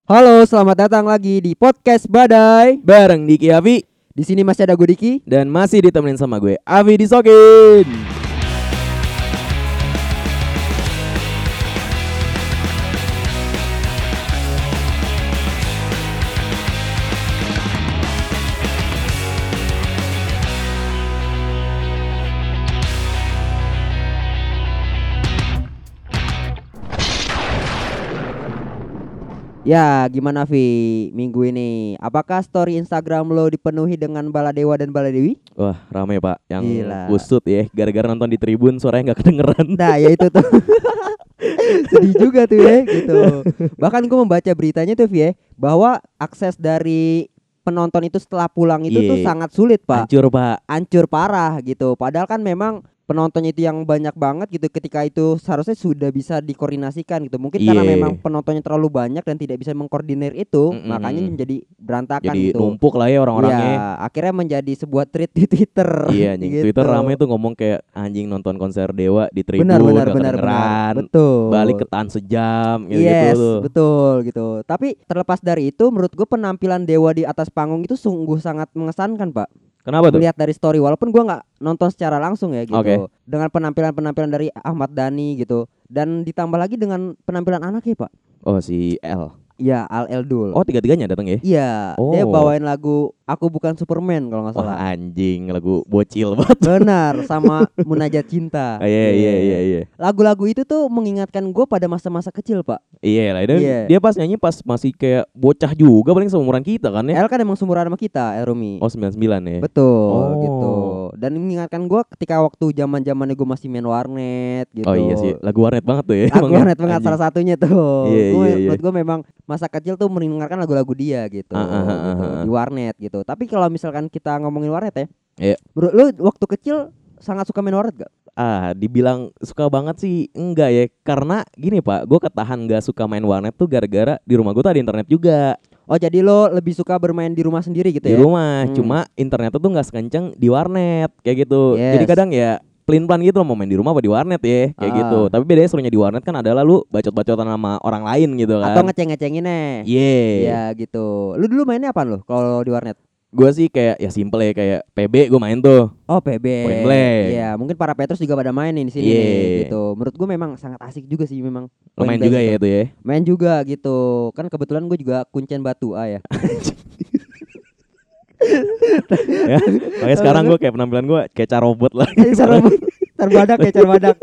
Halo, selamat datang lagi di podcast Badai. Bareng Diki Avi Di sini masih ada gue Diki. dan masih ditemenin sama gue Avi Disokin. Ya, gimana Vi minggu ini? Apakah story Instagram lo dipenuhi dengan Baladewa dan Baladewi? Wah rame pak, yang Gila. kusut ya, gara-gara nonton di tribun suaranya gak kedengeran. Nah, ya itu tuh. Sedih juga tuh ya, gitu. Bahkan gue membaca beritanya tuh Vi ya, bahwa akses dari penonton itu setelah pulang itu tuh Iya. sangat sulit, Pak. Hancur pak. Hancur parah gitu. Padahal kan memang penontonnya itu yang banyak banget gitu, ketika itu seharusnya sudah bisa dikoordinasikan gitu. Mungkin karena Iya. memang penontonnya terlalu banyak dan tidak bisa mengkoordinir itu, makanya menjadi berantakan Jadi gitu. numpuk lah ya orang-orangnya. Iya, akhirnya menjadi sebuah tweet di Twitter. Iya anjing, gitu. Twitter rame tuh ngomong kayak anjing nonton konser Dewa di tribun Benar. gak kedengeran. Betul. Balik ketahan sejam gitu, Yes, tuh. betul gitu. Tapi terlepas dari itu, menurut gue penampilan Dewa di atas panggung itu sungguh sangat mengesankan, Pak. Kenapa tuh? Melihat dari story, walaupun gua nggak nonton secara langsung ya gitu. Oke. Dengan penampilan dari Ahmad Dhani gitu, dan ditambah lagi dengan penampilan anaknya, Pak. Oh si L. Ya, Al Eldul. Oh tiga-tiganya datang ya? Iya, Oh. dia bawain lagu Aku Bukan Superman kalau nggak Wah salah. anjing, lagu bocil banget. Benar, sama Munajat Cinta. Iya. Lagu-lagu itu tuh mengingatkan gue pada masa-masa kecil, Pak. Iya lah, dan Iya. dia pas nyanyi pas masih kayak bocah juga, paling seumuran kita kan ya. El kan emang seumuran sama kita, El Rumi. Oh 99 ya. Betul Oh. gitu. Dan mengingatkan gue ketika waktu zaman-zamannya gue masih main warnet gitu. Oh iya sih, lagu warnet banget tuh ya. Lagu emang ya, warnet banget anjing. salah satunya tuh. Iya. Menurut gue memang masa kecil tuh mendengarkan lagu-lagu dia gitu, gitu, di warnet gitu. Tapi kalau misalkan kita ngomongin warnet ya, Iya. bro, lu waktu kecil sangat suka main warnet gak? Dibilang suka banget sih enggak ya. Karena gini pak, gue ketahan gak suka main warnet tuh gara-gara di rumah gue tuh ada internet juga. Oh jadi lo lebih suka bermain di rumah sendiri gitu Di ya? rumah, cuma internetnya tuh gak sekenceng di warnet kayak gitu. Yes. Jadi kadang ya pelin-pelan gitu loh, mau main di rumah apa di warnet ya kayak gitu. Tapi bedanya serunya di warnet kan adalah lu bacot-bacotan sama orang lain gitu kan. Atau ngeceng-ngecenginnya? Iya. Iya gitu. Lu dulu mainnya apaan lo kalau di warnet? Gue sih kayak ya simple ya, kayak PB gue main tuh. Oh PB. Point blank. Iya, mungkin para Petrus juga pada main nih di sini Iya. nih, gitu. Menurut gue memang sangat asik juga sih memang. Lo Point main blank juga ya itu ya. Main juga gitu. Kan kebetulan gue juga kuncen batu A ya. Ya, makanya sekarang gue kayak penampilan gue kayak robot lah. Terbadak ya, terbadak.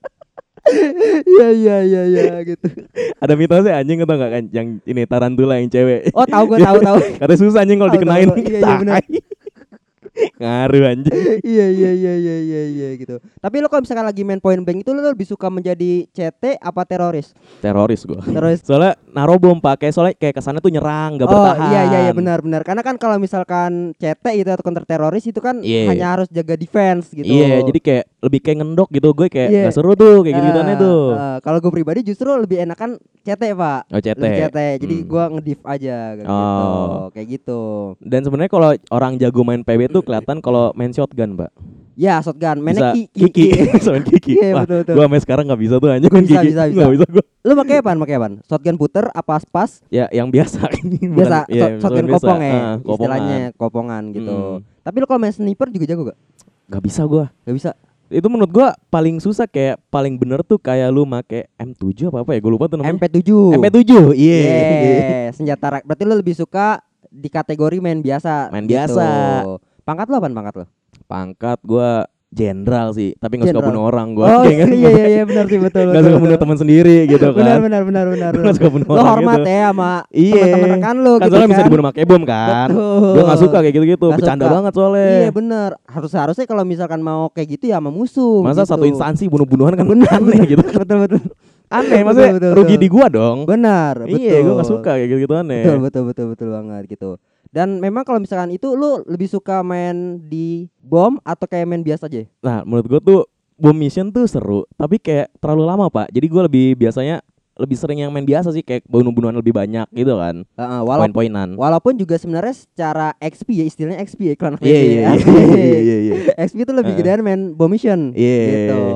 Iya gitu. Ada mitosnya anjing atau enggak kan, yang ini tarantula yang cewek. Oh, tahu gue tahu. Katanya susah anjing kalau Tahu, dikenain. tahu. Iya, benar. Ngaruh anjing. Iya gitu. Tapi lo kalau misalkan lagi main point blank itu lo lebih suka menjadi CT apa teroris? Teroris gue. Teroris. Soalnya naruh bom pakai, soalnya kayak kesannya tuh nyerang, gak Oh bertahan. iya benar. Karena kan kalau misalkan CT itu atau counter teroris itu kan Iya. hanya harus jaga defense gitu. Iya, jadi kayak lebih kayak ngendok gitu. Gue kayak Iya. gak seru tuh kayak gitu-gituannya tuh. Kalau gue pribadi justru lebih enakan CT, Pak. Oh, CT. Lebih CT. Jadi Hmm. gue ngediv aja kayak Oh. gitu. Kayak gitu. Dan sebenarnya kalau orang jago main PB tuh kelihatan kalau main shotgun, Pak. Ya, shotgun. Mainnya Bisa Kiki. Bisa main Kiki. Iya, Wah, betul. gue sampai sekarang gak bisa tuh anjing main Bisa, Kiki. bisa. Nggak bisa gue. Lu pakai apaan? Shotgun puter apa spas? Ya yang biasa. Biasa, Bukan- iya, shotgun biasa. kopong ya. Kopongan. Istilahnya kopongan gitu. Tapi lu kalau main sniper juga jago gak? Gak bisa gue. Gak bisa. Itu menurut gue paling susah, kayak paling bener tuh kayak lu make M7 apa ya, gue lupa tuh namanya. MP7. MP7, iya. Senjata berarti lu lebih suka di kategori main biasa. Main gitu. biasa. Pangkat lu apaan pangkat lu? Pangkat gue jenderal sih, tapi gak suka Jenderal. bunuh orang gue. Oh iya benar sih betul. Gak suka bunuh teman sendiri gitu kan. Benar. Gak suka bunuh Lo orang hormat gitu. ya sama Iya. teman-teman rekan lu Kan gitu soalnya kan. bisa dibunuh pakai bom kan. Betul. Gue gak suka kayak gitu-gitu, Nggak bercanda suka. banget soalnya. Iya benar. Harusnya kalau misalkan mau kayak gitu ya sama musuh. Masa gitu. satu instansi bunuh-bunuhan kan Benar, aneh gitu. Betul. Aneh, maksudnya Betul. rugi di gua dong. Benar, Iya, betul. gue gak suka kayak gitu-gitu aneh. Betul banget gitu. Dan memang kalau misalkan itu lu lebih suka main di bom atau kayak main biasa aja? Nah, menurut gue tuh bom mission tuh seru, tapi kayak terlalu lama, Pak. Jadi gue lebih sering yang main biasa sih, kayak bunuh-bunuhan lebih banyak gitu kan. Poin-poinan. Walaupun juga sebenarnya secara XP ya, istilahnya XP ya, iklan Iya. XP itu lebih Iya. gedean main bom mission Iya. gitu.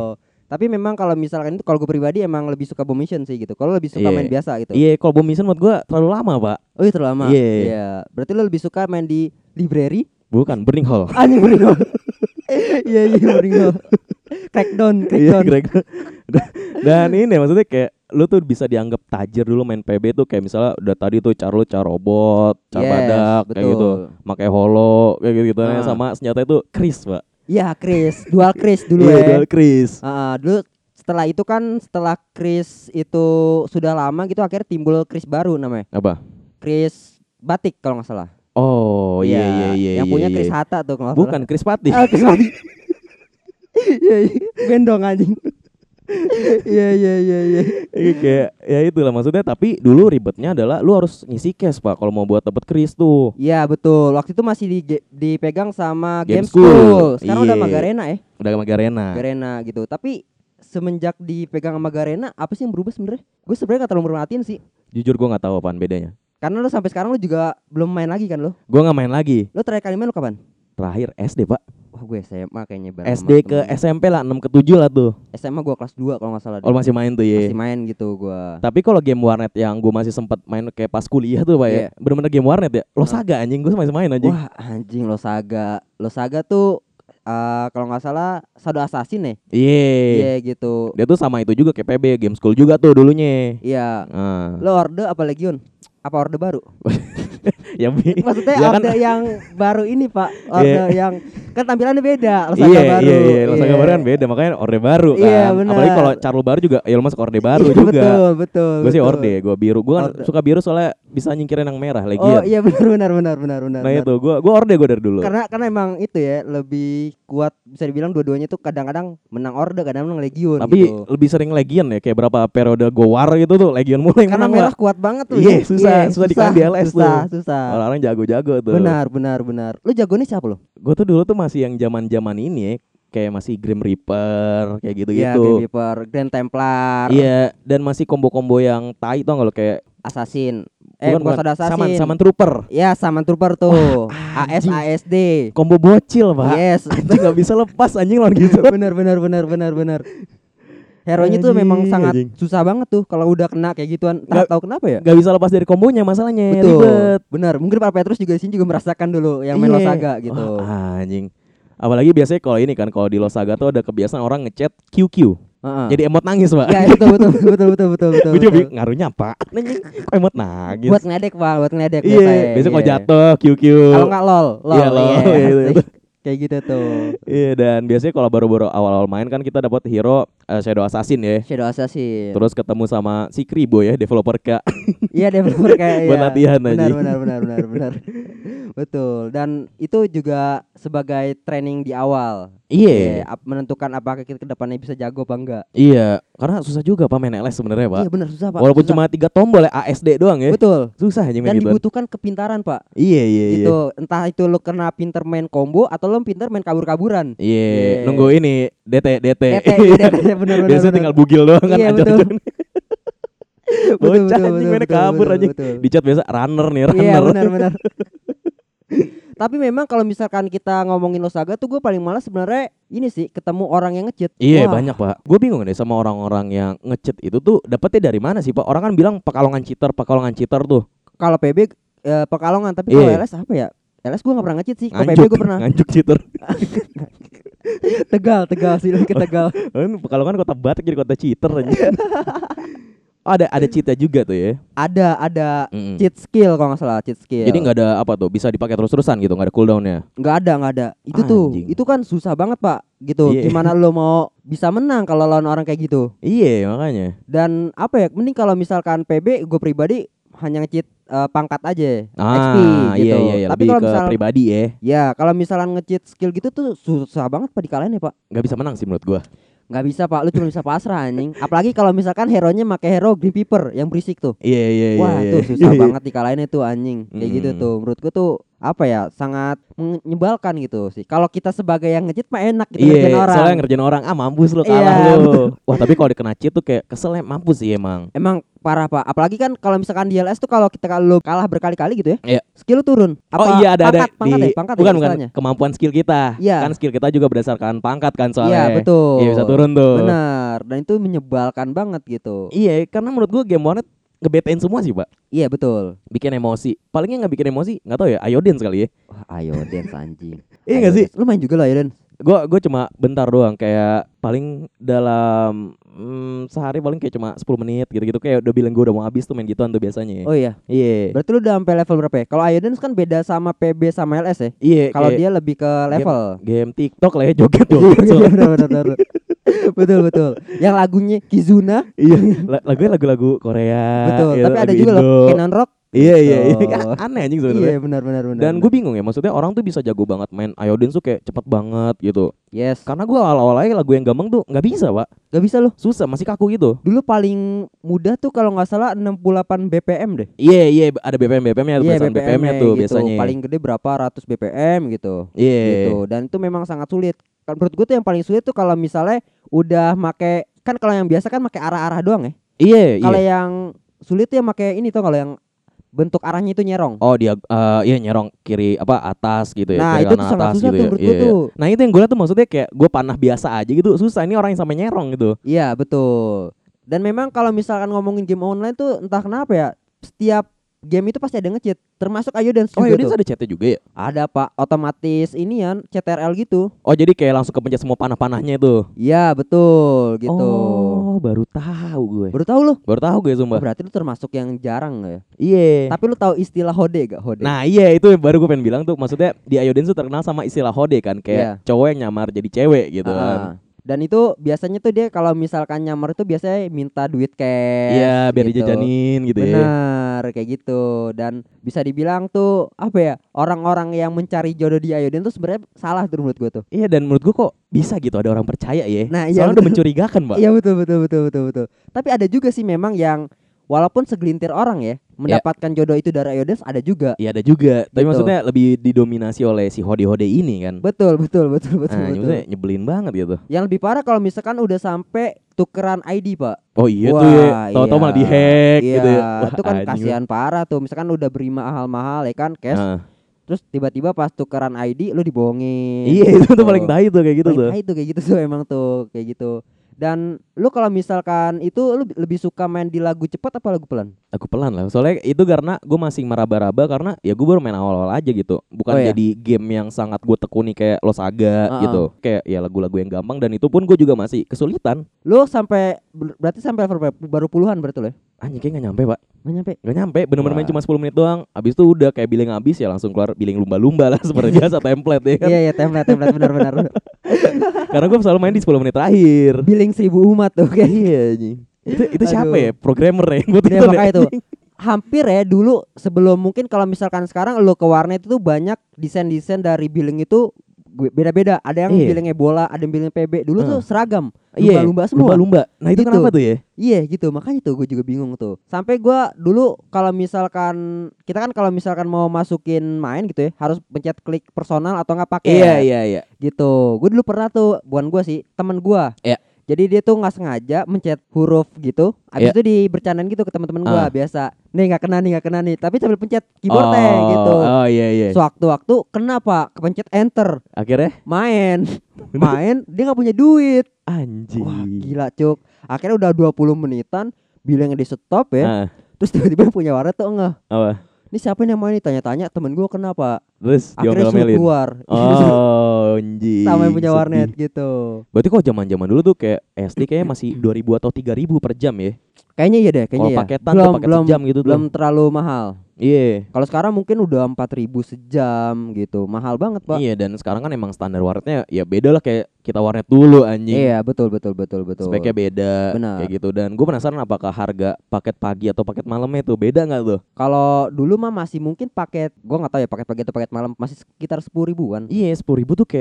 Tapi memang kalau misalkan itu kalau gue pribadi emang lebih suka Bomb Mission sih gitu. Kalau lebih suka main biasa gitu. Iya, kalau Bomb Mission menurut gue terlalu lama, Pak. Oh iya terlalu lama. Iya. Iya. Berarti lo lebih suka main di library? Bukan, Burning Hall. Anjing Burning Hall. Iya Burning Hall. Crackdown. Dan ini maksudnya kayak lu tuh bisa dianggap tajir dulu main PB tuh, kayak misalnya udah tadi tuh Car robot, Car badak kayak gitu, pakai holo kayak gitu sama senjata itu Chris, Pak. Iya Chris, dual Chris dulu ya. Dual Chris. Dulu setelah itu kan setelah Chris itu sudah lama gitu akhirnya timbul Chris baru namanya. Apa? Chris Batik kalau nggak salah. Oh iya. Yang punya Chris Hatta tuh kalau nggak salah. Bukan Chris Pati. Chris Pati. Iya, bendong anjing. Iya. Kayak ya itulah maksudnya, tapi dulu ribetnya adalah lu harus ngisi cash, Pak, kalau mau buat dapet Chris tuh. Iya betul. Waktu itu masih dipegang sama Game School. Sekarang udah sama Garena ya. Udah sama Garena gitu. Tapi semenjak dipegang sama Garena, apa sih yang berubah sebenarnya? Gue sebenarnya gak terlalu merhatiin sih. Jujur gue nggak tahu apaan bedanya. Karena lo sampai sekarang lo juga belum main lagi kan lo? Gue nggak main lagi. Lo terakhir kali main lo kapan? Terakhir SD, Pak. Wah gue SMA kayaknya bareng SD ke SMP lah, 6 ke 7 lah tuh. SMA gue kelas 2 kalau gak salah. Oh masih main tuh ya. Masih main gitu gue. Tapi kalau game warnet yang gue masih sempat main kayak pas kuliah tuh, Pak, ya. Bener-bener game warnet ya. Losaga anjing, gue masih main anjing. Wah anjing Losaga tuh kalau gak salah Shadow Assassin ya. Iya gitu. Dia tuh sama itu juga kayak PB, Game School juga tuh dulunya. Iya. Lo Orde apa Legion? Apa Orde baru? Maksudnya ya Orde kan, yang baru ini, Pak. Orde yang kan tampilannya beda. Losaga baru. Iya, Losaga baru kan beda, makanya Orde baru kan. Iya, bener. Apalagi kalau Carlo baru juga, ya lo masuk Orde baru juga. Betul. Gue sih Orde, gue biru. Gue kan suka biru soalnya bisa nyingkirin yang merah, Legion. Oh iya benar. Nah itu, gue Orde gue dari dulu. Karena emang itu ya lebih kuat, bisa dibilang dua-duanya tuh kadang-kadang menang Orde, kadang menang Legion. Tapi gitu. lebih sering Legion ya, kayak berapa periode gue war gitu tuh Legion mulai karena menang. Merah kuat banget tuh. Iya, susah dikalahin di LS tuh. Susah. Orang-orang jago-jago tuh. Benar. Lu jago nih siapa lo? Gue tuh dulu tuh masih yang zaman ini ya, kayak masih Grim Reaper kayak gitu-gitu. Iya, Grim Reaper, Grand Templar. Iya, dan masih combo-combo yang tai tau nggak lo, kayak Assassin. Bukan Assassin. Saman Trooper. Iya, Saman Trooper tuh. AS ASD. Combo bocil, Pak. Yes. Itu nggak bisa lepas anjing lawan gitu. Benar. Hero-nya tuh memang sangat susah banget tuh kalau udah kena kayak gituan. Entah tahu kenapa ya? Gak bisa lepas dari kombonya masalahnya. Betul. Ribet. Benar. Mungkin Pak Petrus juga di sini juga merasakan dulu yang main Losaga gitu. Anjing. Apalagi biasanya kalau ini kan, kalau di Losaga tuh ada kebiasaan orang ngechat QQ. Jadi emot nangis, Pak. Ya betul. Gue juga ngaruhnya apa? Emot nangis. Buat ngedek, Pak. Iya. Biasanya kalau jatuh QQ. Kalau nggak lol. Iya, lol. Kayak gitu tuh. Iya, dan biasanya kalau baru-baru awal-awal main kan kita dapat hero Shadow Assassin ya. Terus ketemu sama si Kribo ya, developer K. Iya, developer K. Buat latihan aja. Benar. Betul. Dan itu juga sebagai training di awal. Iya. Menentukan apakah kita ke depannya bisa jago apa enggak. Iya, karena susah juga Pak main LS sebenarnya, Pak. Iya, benar susah, Pak. Walaupun cuma 3 tombol ya, ASD doang ya. Betul. Susah aja main dan gitu. Dibutuhkan kepintaran, Pak. Iya. Gitu. Entah itu lo kena pinter main combo atau lo pinter main kabur-kaburan. Iya. Nunggu ini DT. Benar. Biasanya tinggal bugil doang kan. Iya, betul. Bocah anjing mainnya kabur anjing. Di chat biasa runner nih, runner. Iya, benar. Tapi memang kalau misalkan kita ngomongin Losaga tuh gue paling malas sebenarnya ini sih ketemu orang yang nge-cheat. Iya, banyak, Pak. Gue bingung deh sama orang-orang yang nge-cheat itu tuh dapetnya dari mana sih, Pak? Orang kan bilang Pekalongan cheater tuh. Kalau PB Pekalongan, tapi kalau LS apa ya? LS gue gak pernah nge-cheat sih. Kalau PB gue pernah. Nganjuk cheater. Tegal sih, lebih ke Tegal. Pekalongan kota Batak jadi kota cheater aja. Ada cheatnya juga tuh ya. Ada cheat skill kalau nggak salah, cheat skill. Jadi nggak ada apa tuh, bisa dipakai terus-terusan gitu, nggak ada cooldownnya. Nggak ada. Itu kan susah banget, Pak. Gitu. Yeah. Gimana lo mau bisa menang kalau lawan orang kayak gitu? Iya, makanya. Dan apa ya? Mending kalau misalkan PB gue pribadi hanya nge-cheat pangkat aja, XP gitu. Iya. Tapi kalau misalnya pribadi ya. Ya, kalau misalnya nge-cheat skill gitu tuh susah banget Pak dikalahin ya, Pak. Nggak bisa menang sih menurut gua. Nggak bisa, Pak, lu cuma bisa pasrah anjing. Apalagi kalau misalkan hero-nya pakai hero Green Reaper yang berisik tuh. Iya. Wah, tuh susah banget dikalahin itu anjing. Kayak gitu tuh. Menurut gua tuh apa ya, sangat menyebalkan gitu sih. Kalau kita sebagai yang nge-cheat mah enak gitu Iya, ngerjain orang. soalnya ngerjain orang, mampus lu, kalah Iya, lu. Wah, tapi kalau dikena cheat tuh kayak kesel ya, mampus sih emang. Emang parah Pak. Apalagi kan kalau misalkan di LS tuh kalau kalah berkali-kali gitu ya, Iya. skill lu turun. Oh iya, ada Pangkat bukan istilahnya. kemampuan skill kita. Iya. Kan skill kita juga berdasarkan pangkat kan soalnya. Iya betul. Iya, bisa turun tuh. Benar. Dan itu menyebalkan banget gitu. Iya, karena menurut gua game Warnet ngebetain semua sih, Pak. Iya betul. Bikin emosi. Palingnya nggak bikin emosi, nggak tahu ya, Ayodance kali ya. Wah, ayo dance anjing. Iya nggak sih? Lu main juga lo ya Dan? Gue cuma bentar doang, kayak paling dalam sehari paling kayak cuma 10 menit gitu-gitu, kayak udah bilang gue udah mau habis tuh main gituan tuh biasanya. Oh iya. Iya. Berarti lu udah sampai level berapa ya? Kalau Ayodance kan beda sama PB sama LS ya. Iya. Kalau kayak dia lebih ke level. game TikTok lah ya, joget Iya, soalnya. benar. Betul. Yang lagunya Kizuna. Iya, lagunya lagu-lagu Korea. Betul. gitu, Tapi ada lagu juga loh Indo. Canon Rock. Iya. Gitu. Aneh anjing sebenarnya. Iya benar. Dan gue bingung ya, maksudnya orang tuh bisa jago banget main Ayodance tuh kayak cepet banget gitu. Yes. Karena gue awal-awal aja lagu yang gampang tuh nggak bisa, Pak. Gak bisa loh. Susah, masih kaku gitu. Dulu paling mudah tuh kalau nggak salah 68 BPM deh. Iya, ada BPM-nya, Iya berdasarkan BPM-nya tuh gitu. biasanya. Paling gede berapa ratus BPM gitu. Iya. Gitu. Dan itu memang sangat sulit. Kan menurut gue tuh yang paling sulit tuh kalau misalnya udah make, kan kalau yang biasa kan make arah-arah doang ya. Iya. Kalau yang sulit tuh yang make ini tuh, kalau yang bentuk arahnya itu nyerong. Oh dia iya nyerong kiri apa atas gitu ya. Nah, kiri itu kanan tuh sangat atas susah gitu tuh ya. menurut Iya, gua iya. tuh. Nah itu yang gue liat tuh maksudnya kayak gue panah biasa aja gitu. Susah ini orang yang sampai nyerong gitu. Iya betul. Dan memang kalau misalkan ngomongin game online tuh entah kenapa ya, setiap game itu pasti ada nge-cheat, termasuk Ayodance Oh juga Ayodance tuh. ada chatnya juga ya? Ada Pak, otomatis ini ya CTRL gitu. Oh jadi kayak langsung kepencet semua panah-panahnya itu. Iya betul gitu. Oh baru tahu gue. Baru tahu lu? Baru tahu gue Oh, sumpah. berarti lu termasuk yang jarang ya. Iya. Tapi lu tahu istilah hode gak? Hode. Nah iya itu yang baru gue pengen bilang tuh. Maksudnya di Ayodance tuh terkenal sama istilah hode kan. Kayak cowok yang nyamar jadi cewek gitu kan. Dan itu biasanya tuh dia kalau misalkan nyamar itu biasanya minta duit cash. Iya biar gitu. dijajanin gitu ya. Benar kayak gitu. Dan bisa dibilang tuh apa ya, orang-orang yang mencari jodoh di Ayodance tuh sebenarnya salah tuh menurut gue tuh. Iya dan menurut gue kok bisa gitu ada orang percaya ya. Nah, iya, soalnya udah mencurigakan, Pak. Iya betul. Tapi ada juga sih memang yang walaupun segelintir orang ya mendapatkan jodoh itu dari Ayodance, ada juga. Iya ada juga. Tapi Gitu. maksudnya lebih didominasi oleh si hode-hode ini kan. Betul. Nah, maksudnya nyebelin banget gitu. Yang lebih parah kalau misalkan udah sampai tukeran ID, Pak. Oh iya Wah, tuh ya. Tahu-tahu iya. malah dihack Iya, gitu ya. Wah, itu kan anjing. kasihan parah tuh. Misalkan udah beri mahal-mahal ya kan, cash. Nah, Terus tiba-tiba pas tukeran ID lu dibohongin. iya itu gitu. tuh paling tai tuh kayak gitu Paling tuh. tai tuh kayak gitu tuh emang tuh kayak gitu. Dan lu kalau misalkan itu lu lebih suka main di lagu cepat apa lagu pelan? Aku pelan lah. Soalnya itu karena gue masih meraba-raba karena ya gue baru main awal-awal aja gitu. Bukan Oh, iya? jadi game yang sangat gue tekuni kayak Losaga Uh-uh. gitu. Kayak ya lagu-lagu yang gampang dan itu pun gue juga masih kesulitan. Lu sampai berarti sampai level berapa? Baru puluhan berarti lo ya? Anjing kayak gak nyampe, Pak. Nggak nyampe. Gak nyampe, bener-bener main Wah. cuma 10 menit doang. Abis itu udah kayak billing habis ya langsung keluar billing lumba-lumba lah seperti biasa template ya kan. Iya template benar. Karena gue selalu main di 10 menit terakhir. Billing 1000 umat tuh kayak. Iya anjing. Itu siapa Aduh. ya? Programmer ya buat Iya itu makanya itu. Hampir ya dulu sebelum mungkin kalau misalkan sekarang lo ke warnet itu banyak desain-desain dari billing itu beda-beda. Ada yang Iya. billingnya bola, ada yang billing PB. Dulu tuh seragam. Iya, Lumba-lumba semua. Lumba-lumba. Nah itu Gitu. kenapa tuh ya? Iya gitu, makanya tuh gue juga bingung tuh. Sampai gue dulu kalau misalkan kita kan kalau misalkan mau masukin main gitu ya harus pencet klik personal atau nggak pakai. Iya. Gitu. Gue dulu pernah tuh, bukan gue sih, temen gue. Iya. Jadi dia tuh nggak sengaja mencet huruf gitu, habis Iya. itu dibercandain gitu ke teman-teman gue biasa. Nih nggak kena nih, tapi sambil pencet keyboardnya Oh, gitu. Oh iya. Sewaktu-waktu kenapa kepencet enter, Akhirnya main, dia nggak punya duit. anjing. Wah gila cuk. Akhirnya udah 20 menitan, bilangnya di stop ya. Ah, Terus tiba-tiba punya warnet tuh enggak. apa? Ini siapa yang main nih, tanya-tanya temen gue kenapa. Terus Akhirnya suruh diomelin. keluar. Oh, anjing. Sama yang punya sedih. warnet gitu. Berarti kok zaman-zaman dulu tuh kayak SD kayaknya masih 2000 atau 3000 per jam ya. Kayaknya iya deh, kayaknya Kalau ya. paketan tuh paket sejam gitu tuh. Belum terlalu mahal. Iya. Kalau sekarang mungkin udah 4.000 sejam gitu. Mahal banget, Pak. Iya dan sekarang kan emang standar warnetnya ya beda lah kayak kita warnet dulu anjing. Iya, betul. Speknya beda Benar. kayak gitu dan gue penasaran apakah harga paket pagi atau paket malamnya itu beda nggak tuh? Kalau dulu mah masih mungkin paket, gua nggak tahu ya paket pagi atau paket malam, masih sekitar 10 ribuan. Iya 10.000 tuh kayak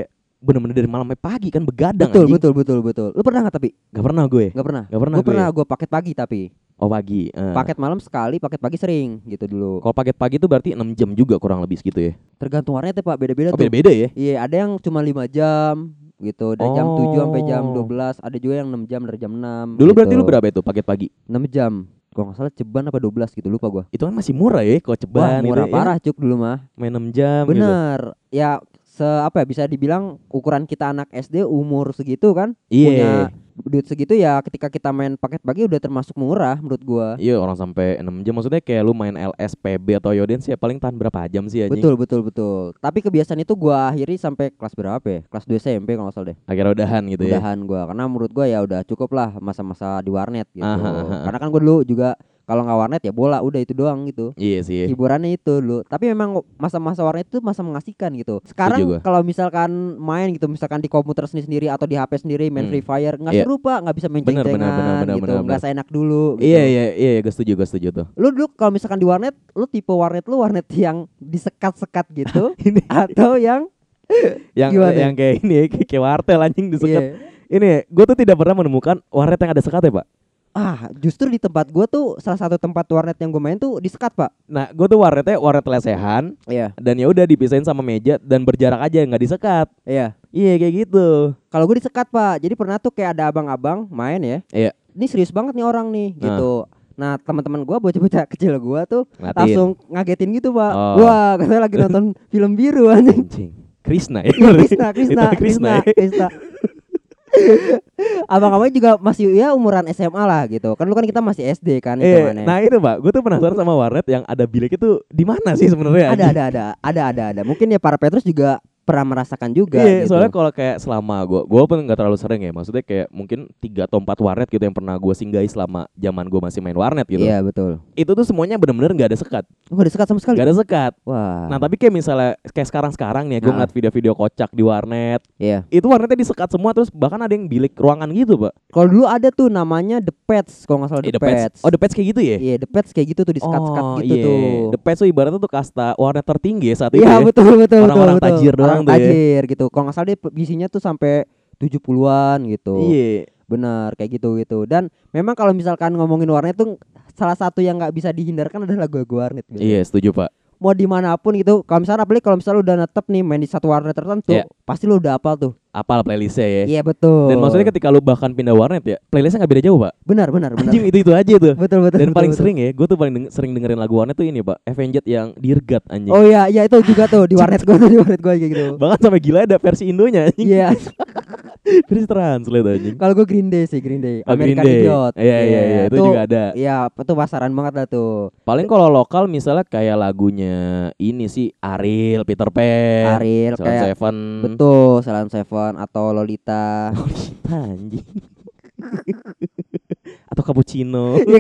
bener-bener dari malam sampai pagi kan begadang Betul, anjing. betul. Lu pernah nggak tapi? Gak pernah gue. Nggak pernah. Gak pernah Gue gue. pernah, gue paket pagi tapi. Oh pagi. Paket malam sekali, paket pagi sering gitu dulu. Kalau paket pagi itu berarti 6 jam juga kurang lebih segitu ya. Tergantung warnanya Pak, beda-beda Oh tuh. beda-beda ya. Iya, ada yang cuma 5 jam gitu, dari jam 7 sampai jam 12, ada juga yang 6 jam dari jam 6. Dulu gitu. berarti lu berapa itu paket pagi? 6 jam. Kalau nggak salah ceban apa 12 gitu, lupa gua. Itu kan masih murah ya kalau Wah, ceban murah gitu ya. parah cuk dulu mah. Main 6 jam gitu. Bener. Ya apa ya, bisa dibilang ukuran kita anak SD umur segitu kan, Iya. punya duit segitu ya, ketika kita main paket pagi udah termasuk murah menurut gua. Iya orang sampai 6 jam maksudnya kayak lu main LS, PB atau Yodens ya paling tahan berapa jam sih anjing. Betul. Tapi kebiasaan itu gua akhiri sampai kelas berapa ya? Kelas 2 SMP kalau nggak salah deh. Akhirnya udahan gitu ya. Udahan gua, karena menurut gua ya udah cukup lah masa-masa di warnet gitu. Aha. Karena kan gua dulu juga kalau nggak warnet ya bola, udah itu doang gitu. Iya sih. Hiburannya itu dulu. Tapi memang masa-masa warnet itu masa mengasihkan gitu. Setuju Sekarang gua. kalau misalkan main gitu, misalkan di komputer sendiri atau di HP sendiri main Free Fire, nggak Iya. seru Pak, nggak bisa main Bener, ceng-cengan gitu, bener. nggak seenak dulu gitu. Iya, gue setuju tuh. Lu dulu kalau misalkan di warnet, lu tipe warnet lu warnet yang disekat-sekat gitu Ini atau yang gimana? yang kayak ini ya, kayak wartel anjing disekat. Iya. Ini gue tuh tidak pernah menemukan warnet yang ada sekat ya Pak. Justru di tempat gua tuh salah satu tempat warnet yang gue main tuh disekat Pak. Nah gue tuh warnetnya warnet lesehan Iya. dan ya udah dipisahin sama meja dan berjarak aja nggak disekat. Iya. Iya kayak gitu. Kalau gue disekat Pak, jadi pernah tuh kayak ada abang-abang main ya. Iya. Ini serius banget nih orang nih gitu. Nah teman-teman gua, bocah-bocah kecil gua tuh Ngatin. langsung ngagetin gitu Pak. Oh. Wah, katanya lagi nonton film biru anjing. Anjing. Krishna ya. Krisna. Abang-abang juga masih ya umuran SMA lah gitu. Kan lu kan kita masih SD kan hitungannya. Nah itu Pak, gue tuh penasaran sama warnet yang ada bilik itu di mana sih sebenarnya? Ada. Mungkin ya para Petrus juga pernah merasakan juga Iya, gitu. soalnya kalau kayak selama gue pun nggak terlalu sering ya. Maksudnya kayak mungkin 3 atau 4 warnet gitu yang pernah gue singgahi selama zaman gue masih main warnet gitu. Iya betul. Itu tuh semuanya benar-benar nggak ada sekat, Gak ada sekat sama sekali. nggak ada sekat. Wah. Nah tapi kayak misalnya kayak sekarang nih, gue Nah. ngeliat video-video kocak di warnet, Iya. itu warnetnya disekat semua terus bahkan ada yang bilik ruangan gitu Pak. Kalau dulu ada tuh namanya The Pets, kalau nggak salah The Pets. Oh The Pets kayak gitu ya? Iya, The Pets kayak gitu tuh, disekat-sekat Oh, gitu iya. tuh. The Pets tuh ibaratnya tuh kasta warnet tertinggi ya saat itu Iya ya. betul. Orang-orang tajir doang Orang tuh ya. tajir gitu. Kalau nggak salah dia isinya tuh sampai 70-an gitu. Iya. Benar kayak gitu. Dan memang kalau misalkan ngomongin warnet tuh salah satu yang nggak bisa dihindarkan adalah lagu-lagu warnet gitu. Iya setuju Pak. Mau dimanapun gitu. Kalau misalnya apalagi kalau misalnya udah netep nih main di satu warnet tertentu, Iya. pasti lu udah hafal tuh. Apal playlistnya ya. Iya betul. Dan maksudnya ketika lu bahkan pindah warnet ya, playlistnya nggak beda jauh Pak. benar. Anjing itu aja tuh. Betul. Dan paling betul. sering ya, gue tuh paling sering dengerin lagu warnet tuh ini Pak, Avenged yang Dirgat anjing. Oh iya itu juga tuh di warnet gua kayak gitu. Bahkan sampai gila ada versi Indonya anjing. Iya. Versi translate anjing. Kalau gue Green Day. Oh, American Green Day. Idiot. Iya, itu juga ada. Iya, itu pasaran banget lah tuh. Paling kalau lokal misalnya kayak lagunya ini sih Ariel, Peter Pan, Ariel Salon kayak Seven. betul, Salam Seven atau Lolita. Anjing. Atau Cappuccino. Iya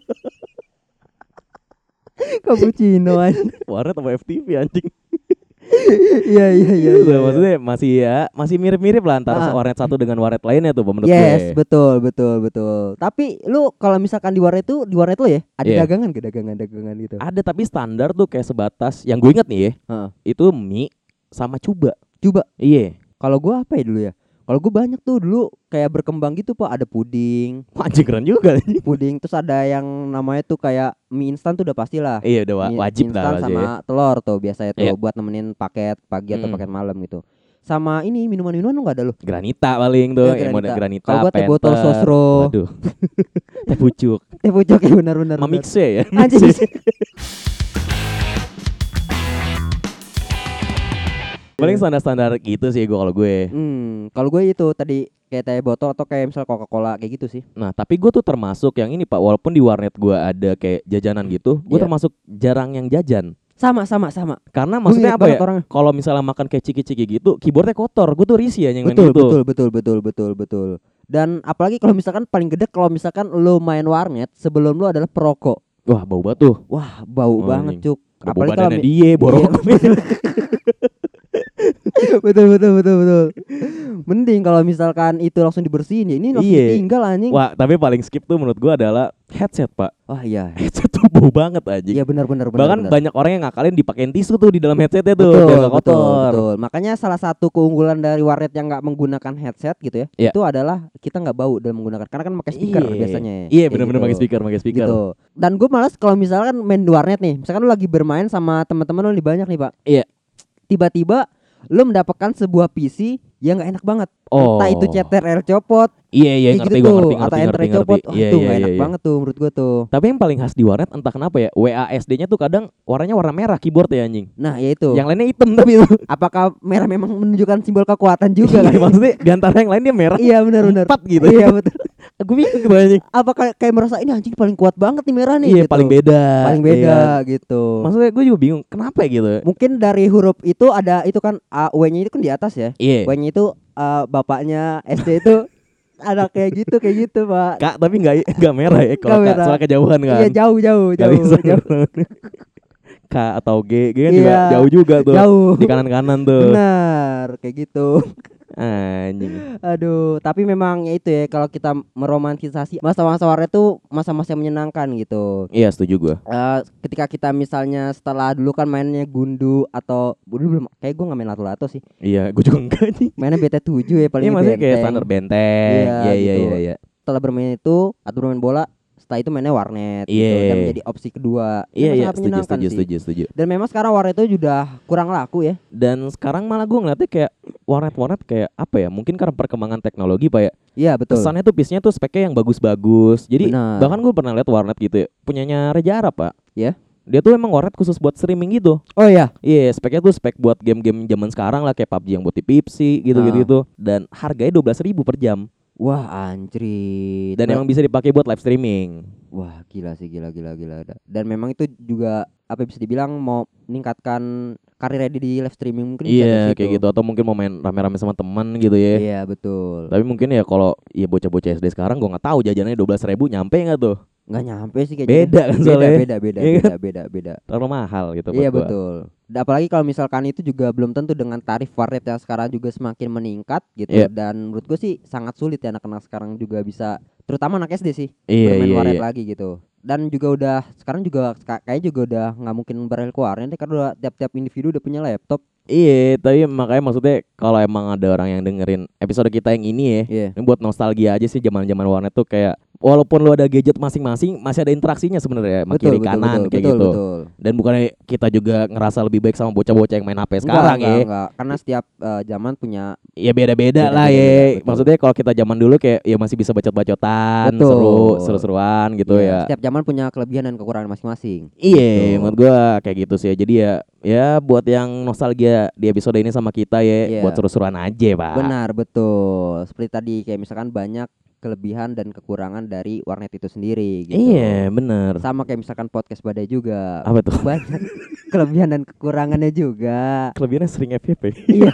Cappuccino anjing. Warnet sama FTV anjing. Iya. Iya, maksudnya masih mirip-mirip lah antara warnet satu dengan warnet lainnya tuh menurut Yes, gue. betul. Tapi lu kalau misalkan di warnet lu ya, ada Iya. dagangan gitu. Ada tapi standar tuh kayak sebatas yang gue inget nih ya. Heeh. Itu mie sama cuba. Coba. Iya. Kalau gua apa ya dulu ya? Kalau gue banyak tuh dulu kayak berkembang gitu Pak, ada puding, Anjing keren juga anjing. terus ada yang namanya tuh kayak mie instan tuh udah pastilah. Iya udah Mie wajib instan lah pasti. sama telur tuh biasanya tuh Iya. buat nemenin paket pagi atau Mm. paket malam gitu. Sama ini minuman-minuman lu nggak ada lu? Granita paling tuh, Iya, yang model granita. Kalau gua teh Penter. botol sosro. Waduh. Teh pucuk. Teh pucuk ya benar. Mamixe ya. Anjing. Paling standar-standar gitu sih kalau gue. Kalau gue itu tadi kayak teh botol atau kayak misal Coca-Cola kayak gitu sih. Nah, tapi gue tuh termasuk yang ini Pak, walaupun di warnet gue ada kayak jajanan gitu, gue Iya. termasuk jarang yang jajan. Sama. Karena maksudnya Gua apa inget ya? banget Kalau misalnya makan kayak ciki-ciki gitu, keyboardnya kotor. Gue tuh risih ya yang main gitu. Betul. Dan apalagi kalau misalkan paling gede kalau misalkan lu main warnet sebelum lu adalah perokok. Wah, bau banget tuh. Wah, bau banget, Anjing. Cuk. Bau badannya dia, borok. Betul. Mending kalau misalkan itu langsung dibersihin ya, ini langsung ditinggal anjing. Wah, tapi paling skip tuh menurut gua adalah headset, Pak. Wah iya. Headset tuh bau banget anjing. Iya benar. Bahkan banyak orang yang ngakalin dipakein tisu tuh di dalam headsetnya tuh betul, biar gak kotor. Betul. Makanya salah satu keunggulan dari warnet yang nggak menggunakan headset gitu ya, Iya. itu adalah kita nggak bau dalam menggunakan, karena kan pakai speaker biasanya. Iya, Kayak benar-benar gitu. pakai speaker. Gitu. Dan gue malas kalau misalkan main di warnet nih, misalkan lu lagi bermain sama teman-teman lu nih banyak nih Pak. Iya. Tiba-tiba lu mendapatkan sebuah PC yang nggak enak banget. Oh. Entah itu CTRL copot, Iya, kayak ngerti gitu gua, tuh, ngerti. atau enter copot. Wah, itu nggak enak banget tuh menurut gue tuh. Tapi yang paling khas di warnet entah kenapa ya, WASD-nya tuh kadang warnanya warna merah keyboard ya anjing. Nah, ya itu. Yang lainnya hitam tapi itu. Apakah merah memang menunjukkan simbol kekuatan juga Iya, kan? maksudnya di antara yang lain dia merah. Iya benar. 4 gitu. Iya betul. Gue bingung gitu anjing. Apakah kayak merasa ini anjing paling kuat banget nih merah nih? Iya, gitu. paling beda. Beda Iya. gitu. Maksudnya gue juga bingung kenapa ya gitu. Mungkin dari huruf itu ada itu kan W-nya itu kan di atas ya. Iya. W-nya itu bapaknya SD itu ada kayak gitu Pak. Kak, tapi enggak merah ya kalau Nggak Kak, merah. soalnya kejauhan kan. Iya jauh. Nggak bisa. K atau G kan juga Iya, jauh juga tuh. jauh. Di kanan-kanan tuh. Benar, kayak gitu. Anjing. Aduh, tapi memang ya itu ya, kalau kita meromantisasi masa-masa warnet itu masa-masa yang menyenangkan gitu. Iya, setuju gue. Ketika kita misalnya setelah dulu kan mainnya gundu atau dulu belum, kayak gue nggak main lato-lato sih. Iya, gue juga enggak nih. Mainnya BT7 ya paling Iya, di maksudnya kayak Benteng. standar benteng. Iya, gitu. Iya. Setelah bermain itu atau bermain bola, setelah itu mainnya warnet gitu. Iya. Dan menjadi opsi kedua. Iya, Itu iya, sangat menyenangkan sih. setuju. Dan memang sekarang warnet itu sudah kurang laku ya. Dan sekarang malah gue ngeliatnya kayak warnet kayak apa ya? Mungkin karena perkembangan teknologi Pak ya. Iya betul. Kesannya tuh piece-nya tuh speknya yang bagus-bagus. Jadi Benar. bahkan gue pernah lihat warnet gitu ya, punyanya Reja Arab Pak. Ya. Dia tuh emang warnet khusus buat streaming gitu. Oh iya. Iya, speknya tuh spek buat game-game zaman sekarang lah kayak PUBG yang buat di Pipsi gitu. Dan harganya 12.000 per jam. Wah anjrit. Dan emang bisa dipakai buat live streaming. Wah gila sih, gila. Dan memang itu juga apa bisa dibilang mau meningkatkan karirnya di live streaming mungkin bisa dari Iya, situ. kayak gitu. Atau mungkin mau main rame-rame sama teman gitu ya. Iya betul. Tapi mungkin ya kalau ya bocah-bocah SD sekarang gue nggak tahu jajanannya 12.000 nyampe nggak tuh? Nggak nyampe sih kayaknya. Beda kan soalnya. Beda. Terlalu mahal gitu. Iya buat gua. betul. Dan apalagi kalau misalkan itu juga belum tentu dengan tarif warnet yang sekarang juga semakin meningkat gitu. Iya. Dan menurut gue sih sangat sulit ya anak-anak sekarang juga bisa, terutama anak SD sih, Iya, bermain iya, warnet iya. lagi gitu. Dan juga udah sekarang juga kayaknya juga udah nggak mungkin beralih ke warnet ya, karena udah tiap-tiap individu udah punya laptop. Iya, tapi makanya maksudnya kalau emang ada orang yang dengerin episode kita yang ini ya, Iya. ini buat nostalgia aja sih zaman-zaman warnet tuh kayak walaupun lu ada gadget masing-masing masih ada interaksinya sebenarnya sama kiri kanan kayak gitu. Betul. Dan bukannya kita juga ngerasa lebih baik sama bocah-bocah yang main HP sekarang ya. Enggak. Karena setiap zaman punya Ya beda-beda lah Beda-beda, ya. betul. Maksudnya kalau kita zaman dulu kayak ya masih bisa bacot-bacotan, Betul. seru-seruan gitu iya, ya. setiap zaman punya kelebihan dan kekurangan masing-masing. Iya, Gitu. menurut gua kayak gitu sih. Jadi ya buat yang nostalgia di episode ini sama kita ya, Iya. buat seru-seruan aja, Pak. Benar, betul. Seperti tadi kayak misalkan banyak kelebihan dan kekurangan dari warnet itu sendiri gitu. Iya, bener. Sama kayak misalkan podcast Badai juga. Apa tuh? Banyak kelebihan dan kekurangannya juga. Kelebihannya sering FYP. Iya.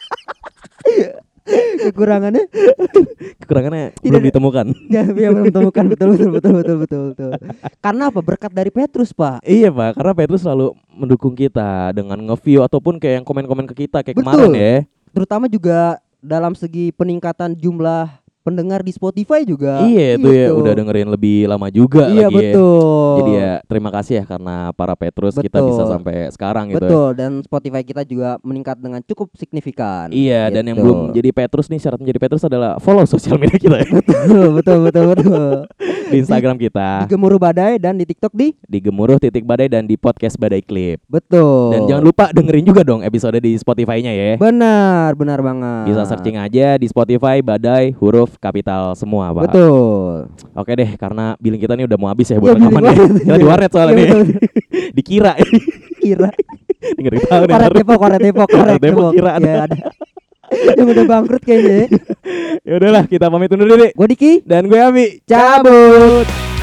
Kekurangannya Kekurangannya Tidak belum ada. ditemukan. ya belum temukan betul. Karena apa? Berkat dari Petrus, Pak. Iya, Pak, karena Petrus selalu mendukung kita dengan nge-view ataupun kayak yang komen-komen ke kita kayak Betul. kemarin ya. Terutama juga dalam segi peningkatan jumlah pendengar di Spotify juga. Iya, itu ya udah dengerin lebih lama juga Iya, lagi ya. betul. Jadi ya terima kasih ya karena para Petrus kita Betul. bisa sampai sekarang gitu. Betul, dan Spotify kita juga meningkat dengan cukup signifikan. Iya, dan yang Gitu. belum jadi Petrus nih, syarat menjadi Petrus adalah follow sosial media kita ya. betul. Di Instagram kita, Di Gemuruh Badai dan di TikTok di di Gemuruh.Badai dan di podcast Badai Clip. betul. Dan jangan lupa dengerin juga dong episode di Spotify-nya ya. benar banget. Bisa searching aja di Spotify Badai huruf kapital semua, Pak. Betul. Oke deh, karena billing kita nih udah mau habis ya buat Iya, rekaman billing ya. gua- Kita di warnet soalnya Iya, nih. betul. Dikira. Kira. Ngeri tahu nih. Korek Depok. Korek Depok kira ada. Ya ada. Yang udah bangkrut kayaknya. Ya udahlah, kita pamit undur diri. Gue Diki. Dan gue Abi. Cabut.